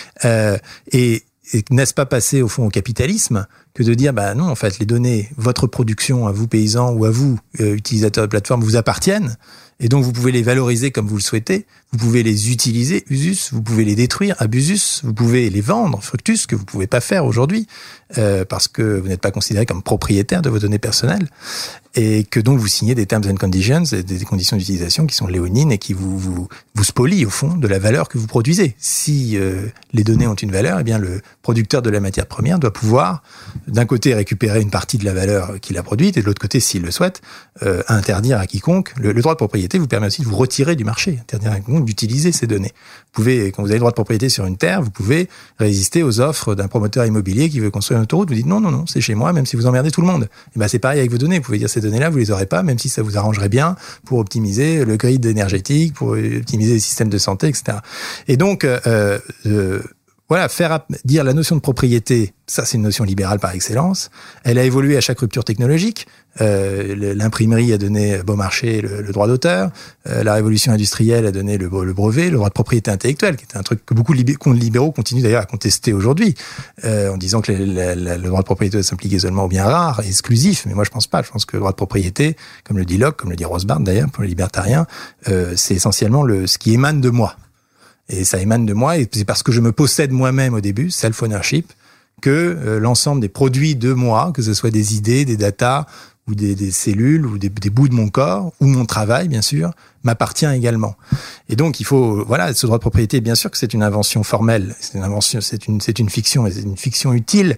Et n'est-ce pas passer au fond au capitalisme que de dire non, en fait, les données, votre production à vous paysans ou à vous utilisateurs de plateforme vous appartiennent. Et donc, vous pouvez les valoriser comme vous le souhaitez. Vous pouvez les utiliser, usus. Vous pouvez les détruire, abusus. Vous pouvez les vendre, fructus, que vous pouvez pas faire aujourd'hui, parce que vous n'êtes pas considéré comme propriétaire de vos données personnelles. Et que donc, vous signez des terms and conditions, des conditions d'utilisation qui sont léonines et qui vous spolient, au fond, de la valeur que vous produisez. Si les données ont une valeur, eh bien, le producteur de la matière première doit pouvoir, d'un côté, récupérer une partie de la valeur qu'il a produite, et de l'autre côté, s'il le souhaite, interdire à quiconque. Le droit de propriété vous permet aussi de vous retirer du marché, interdire à quiconque d'utiliser ces données. Vous pouvez, quand vous avez le droit de propriété sur une terre, vous pouvez résister aux offres d'un promoteur immobilier qui veut construire une autoroute. Vous dites non, c'est chez moi, même si vous emmerdez tout le monde. Et c'est pareil avec vos données. Vous pouvez dire ces données-là, vous les aurez pas, même si ça vous arrangerait bien pour optimiser le grid énergétique, pour optimiser les systèmes de santé, etc. Et donc, voilà, dire la notion de propriété, ça c'est une notion libérale par excellence. Elle a évolué à chaque rupture technologique. L'imprimerie a donné bon marché le droit d'auteur. La révolution industrielle a donné le brevet, le droit de propriété intellectuelle, qui était un truc que beaucoup de libéraux continuent d'ailleurs à contester aujourd'hui, en disant que le droit de propriété doit s'impliquer seulement aux biens rares et exclusifs. Mais moi je pense pas. Je pense que le droit de propriété, comme le dit Locke, comme le dit Rothbard d'ailleurs pour les libertariens, c'est essentiellement ce qui émane de moi. Et ça émane de moi, et c'est parce que je me possède moi-même au début, self-ownership, que l'ensemble des produits de moi, que ce soit des idées, des datas, ou des cellules, ou des bouts de mon corps, ou mon travail, bien sûr, m'appartient également. Et donc, il faut, voilà, ce droit de propriété, bien sûr que c'est une invention formelle, c'est une fiction, et c'est une fiction utile,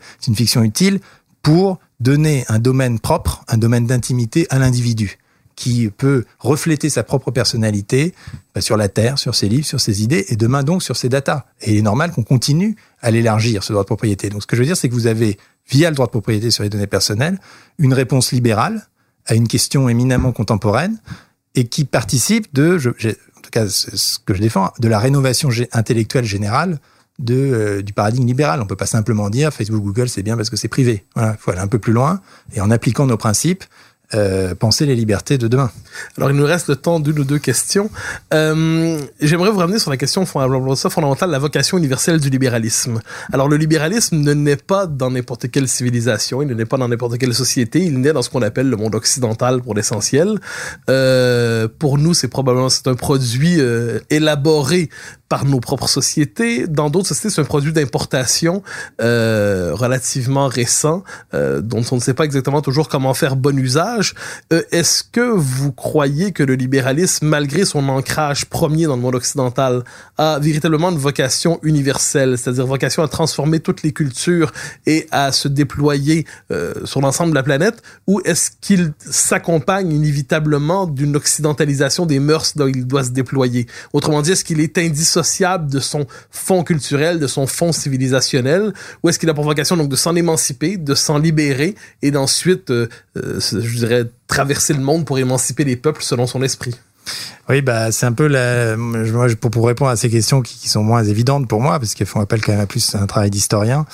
pour donner un domaine propre, un domaine d'intimité à l'individu, qui peut refléter sa propre personnalité sur la Terre, sur ses livres, sur ses idées, et demain donc sur ses datas. Et il est normal qu'on continue à l'élargir, ce droit de propriété. Donc ce que je veux dire, c'est que vous avez, via le droit de propriété sur les données personnelles, une réponse libérale à une question éminemment contemporaine, et qui participe en tout cas ce que je défends, de la rénovation intellectuelle générale du paradigme libéral. On peut pas simplement dire Facebook, Google, c'est bien parce que c'est privé. Voilà, il faut aller un peu plus loin, et en appliquant nos principes, penser les libertés de demain. Alors, il nous reste le temps d'une ou deux questions. J'aimerais vous ramener sur la question fondamentale, la vocation universelle du libéralisme. Alors, le libéralisme ne naît pas dans n'importe quelle civilisation, il ne naît pas dans n'importe quelle société, il naît dans ce qu'on appelle le monde occidental pour l'essentiel. Pour nous, c'est un produit élaboré par nos propres sociétés. Dans d'autres sociétés, c'est un produit d'importation relativement récent, dont on ne sait pas exactement toujours comment faire bon usage. Est-ce que vous croyez que le libéralisme, malgré son ancrage premier dans le monde occidental, a véritablement une vocation universelle, c'est-à-dire vocation à transformer toutes les cultures et à se déployer sur l'ensemble de la planète, ou est-ce qu'il s'accompagne inévitablement d'une occidentalisation des mœurs dont il doit se déployer? Autrement dit, est-ce qu'il est indissociable de son fond culturel, de son fond civilisationnel, ou est-ce qu'il a pour vocation donc de s'en émanciper, de s'en libérer et d'ensuite, je dirais, traverser le monde pour émanciper les peuples selon son esprit? Oui, c'est un peu pour répondre à ces questions qui sont moins évidentes pour moi, parce qu'elles font appel quand même à plus à un travail d'historien.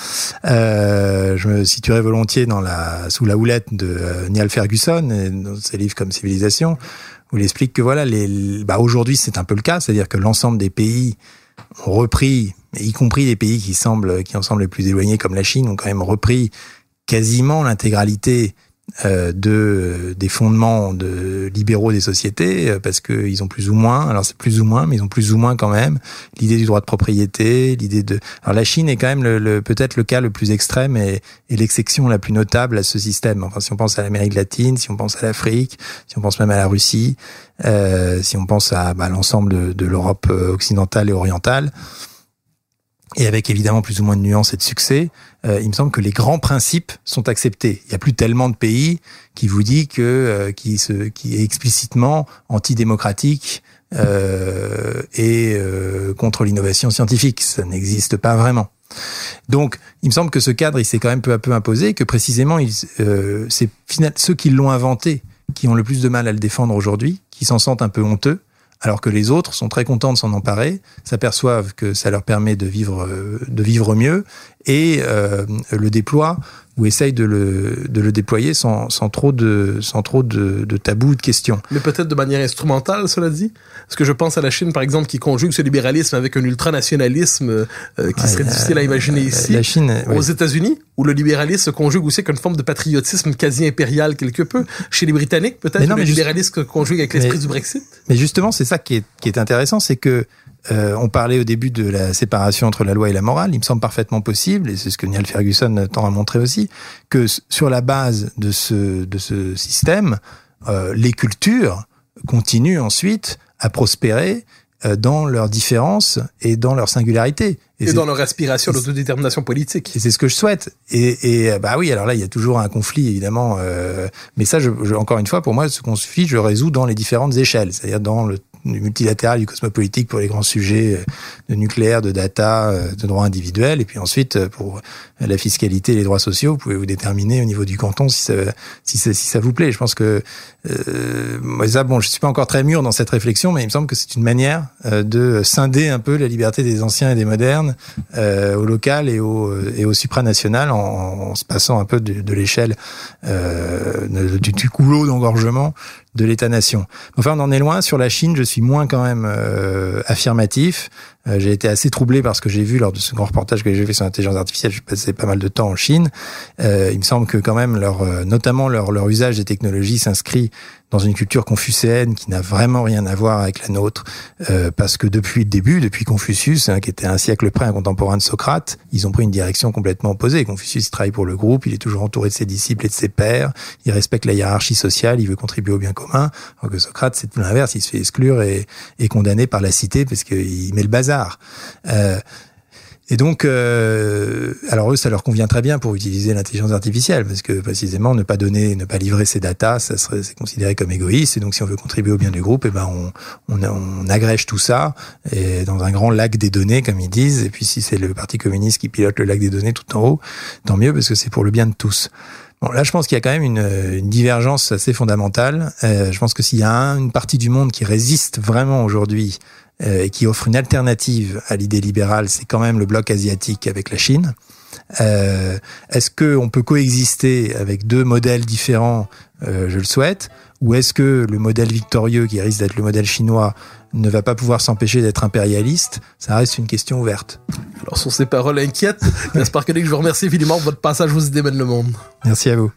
Je me situerais volontiers sous la houlette de Niall Ferguson, dans ses livres comme Civilisation, où il explique que voilà, aujourd'hui c'est un peu le cas, c'est-à-dire que l'ensemble des pays ont repris, y compris les pays qui en semblent les plus éloignés comme la Chine, ont quand même repris quasiment l'intégralité des fondements libéraux des sociétés, parce que ils ont plus ou moins, alors c'est plus ou moins, mais ils ont plus ou moins quand même l'idée du droit de propriété, alors la Chine est quand même peut-être le cas le plus extrême et l'exception la plus notable à ce système. Enfin, si on pense à l'Amérique latine, si on pense à l'Afrique, si on pense même à la Russie, si on pense à l'ensemble de l'Europe occidentale et orientale, et avec évidemment plus ou moins de nuances et de succès, il me semble que les grands principes sont acceptés. Il n'y a plus tellement de pays qui vous dit qui est explicitement antidémocratique et contre l'innovation scientifique. Ça n'existe pas vraiment. Donc, il me semble que ce cadre, il s'est quand même peu à peu imposé, que précisément, c'est ceux qui l'ont inventé qui ont le plus de mal à le défendre aujourd'hui, qui s'en sentent un peu honteux, alors que les autres sont très contents de s'en emparer, s'aperçoivent que ça leur permet de vivre mieux, et le déploient ou essayent de le déployer sans trop de tabous, de questions. Mais peut-être de manière instrumentale, cela dit. Parce que je pense à la Chine, par exemple, qui conjugue ce libéralisme avec un ultranationalisme qui serait difficile à imaginer ici. La Chine, aux États-Unis, où le libéralisme se conjugue aussi avec une forme de patriotisme quasi impérial quelque peu. Chez les Britanniques, peut-être, le libéralisme se conjugue avec l'esprit du Brexit. Mais justement, c'est ça qui est intéressant, c'est que on parlait au début de la séparation entre la loi et la morale. Il me semble parfaitement possible, et c'est ce que Niall Ferguson tend à montrer aussi, que sur la base de ce système, les cultures continuent ensuite à prospérer dans leurs différences et dans leur singularité. Et dans leur aspiration d'autodétermination politique. Et c'est ce que je souhaite. Et oui, alors là, il y a toujours un conflit, évidemment. Mais ça, encore une fois, pour moi, ce conflit, je le résous dans les différentes échelles. C'est-à-dire dans multilatéral, du cosmopolitique pour les grands sujets de nucléaire, de data, de droits individuels. Et puis ensuite, pour la fiscalité et les droits sociaux, vous pouvez vous déterminer au niveau du canton si ça vous plaît. Je pense que moi, ça, je suis pas encore très mûr dans cette réflexion, mais il me semble que c'est une manière de scinder un peu la liberté des anciens et des modernes au local et au supranational en se passant un peu de l'échelle du goulot d'engorgement de l'État-nation. Enfin, on en est loin. Sur la Chine, je suis moins quand même affirmatif. J'ai été assez troublé par ce que j'ai vu lors de ce grand reportage que j'ai fait sur l'intelligence artificielle. J'ai passé pas mal de temps en Chine. Il me semble que quand même notamment leur usage des technologies s'inscrit dans une culture confucéenne qui n'a vraiment rien à voir avec la nôtre, parce que depuis le début, depuis Confucius, qui était un siècle près un contemporain de Socrate, ils ont pris une direction complètement opposée. Confucius travaille pour le groupe, il est toujours entouré de ses disciples et de ses pairs, il respecte la hiérarchie sociale, il veut contribuer au bien commun, alors que Socrate, c'est tout l'inverse, il se fait exclure et condamné par la cité parce qu'il met le bazar. Et donc, alors eux, ça leur convient très bien pour utiliser l'intelligence artificielle, parce que précisément, ne pas livrer ses datas, c'est considéré comme égoïste. Et donc, si on veut contribuer au bien du groupe, on agrège tout ça et dans un grand lac des données, comme ils disent. Et puis, si c'est le Parti communiste qui pilote le lac des données tout en haut, tant mieux, parce que c'est pour le bien de tous. Bon, là, je pense qu'il y a quand même une divergence assez fondamentale. Je pense que s'il y a une partie du monde qui résiste vraiment aujourd'hui et qui offre une alternative à l'idée libérale, c'est quand même le bloc asiatique avec la Chine. Est-ce qu'on peut coexister avec deux modèles différents? Je le souhaite. Ou est-ce que le modèle victorieux, qui risque d'être le modèle chinois, ne va pas pouvoir s'empêcher d'être impérialiste? Ça reste une question ouverte. Alors, sur ces paroles inquiètes, Gaspard Koenig, je vous remercie infiniment pour votre passage aux idées mènent le monde. Merci à vous.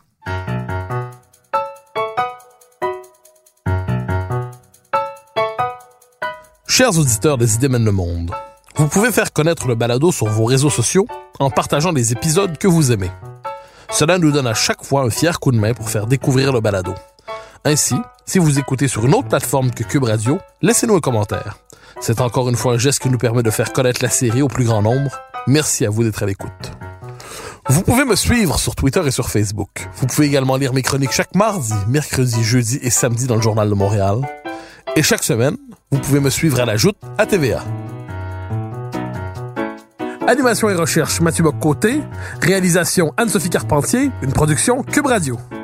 Chers auditeurs des Idées mènent le monde, vous pouvez faire connaître le balado sur vos réseaux sociaux en partageant les épisodes que vous aimez. Cela nous donne à chaque fois un fier coup de main pour faire découvrir le balado. Ainsi, si vous écoutez sur une autre plateforme que Cube Radio, laissez-nous un commentaire. C'est encore une fois un geste qui nous permet de faire connaître la série au plus grand nombre. Merci à vous d'être à l'écoute. Vous pouvez me suivre sur Twitter et sur Facebook. Vous pouvez également lire mes chroniques chaque mardi, mercredi, jeudi et samedi dans le Journal de Montréal. Et chaque semaine, vous pouvez me suivre à la Joute à TVA. Animation et recherche, Mathieu Bock-Côté. Réalisation, Anne-Sophie Carpentier. Une production Cube Radio.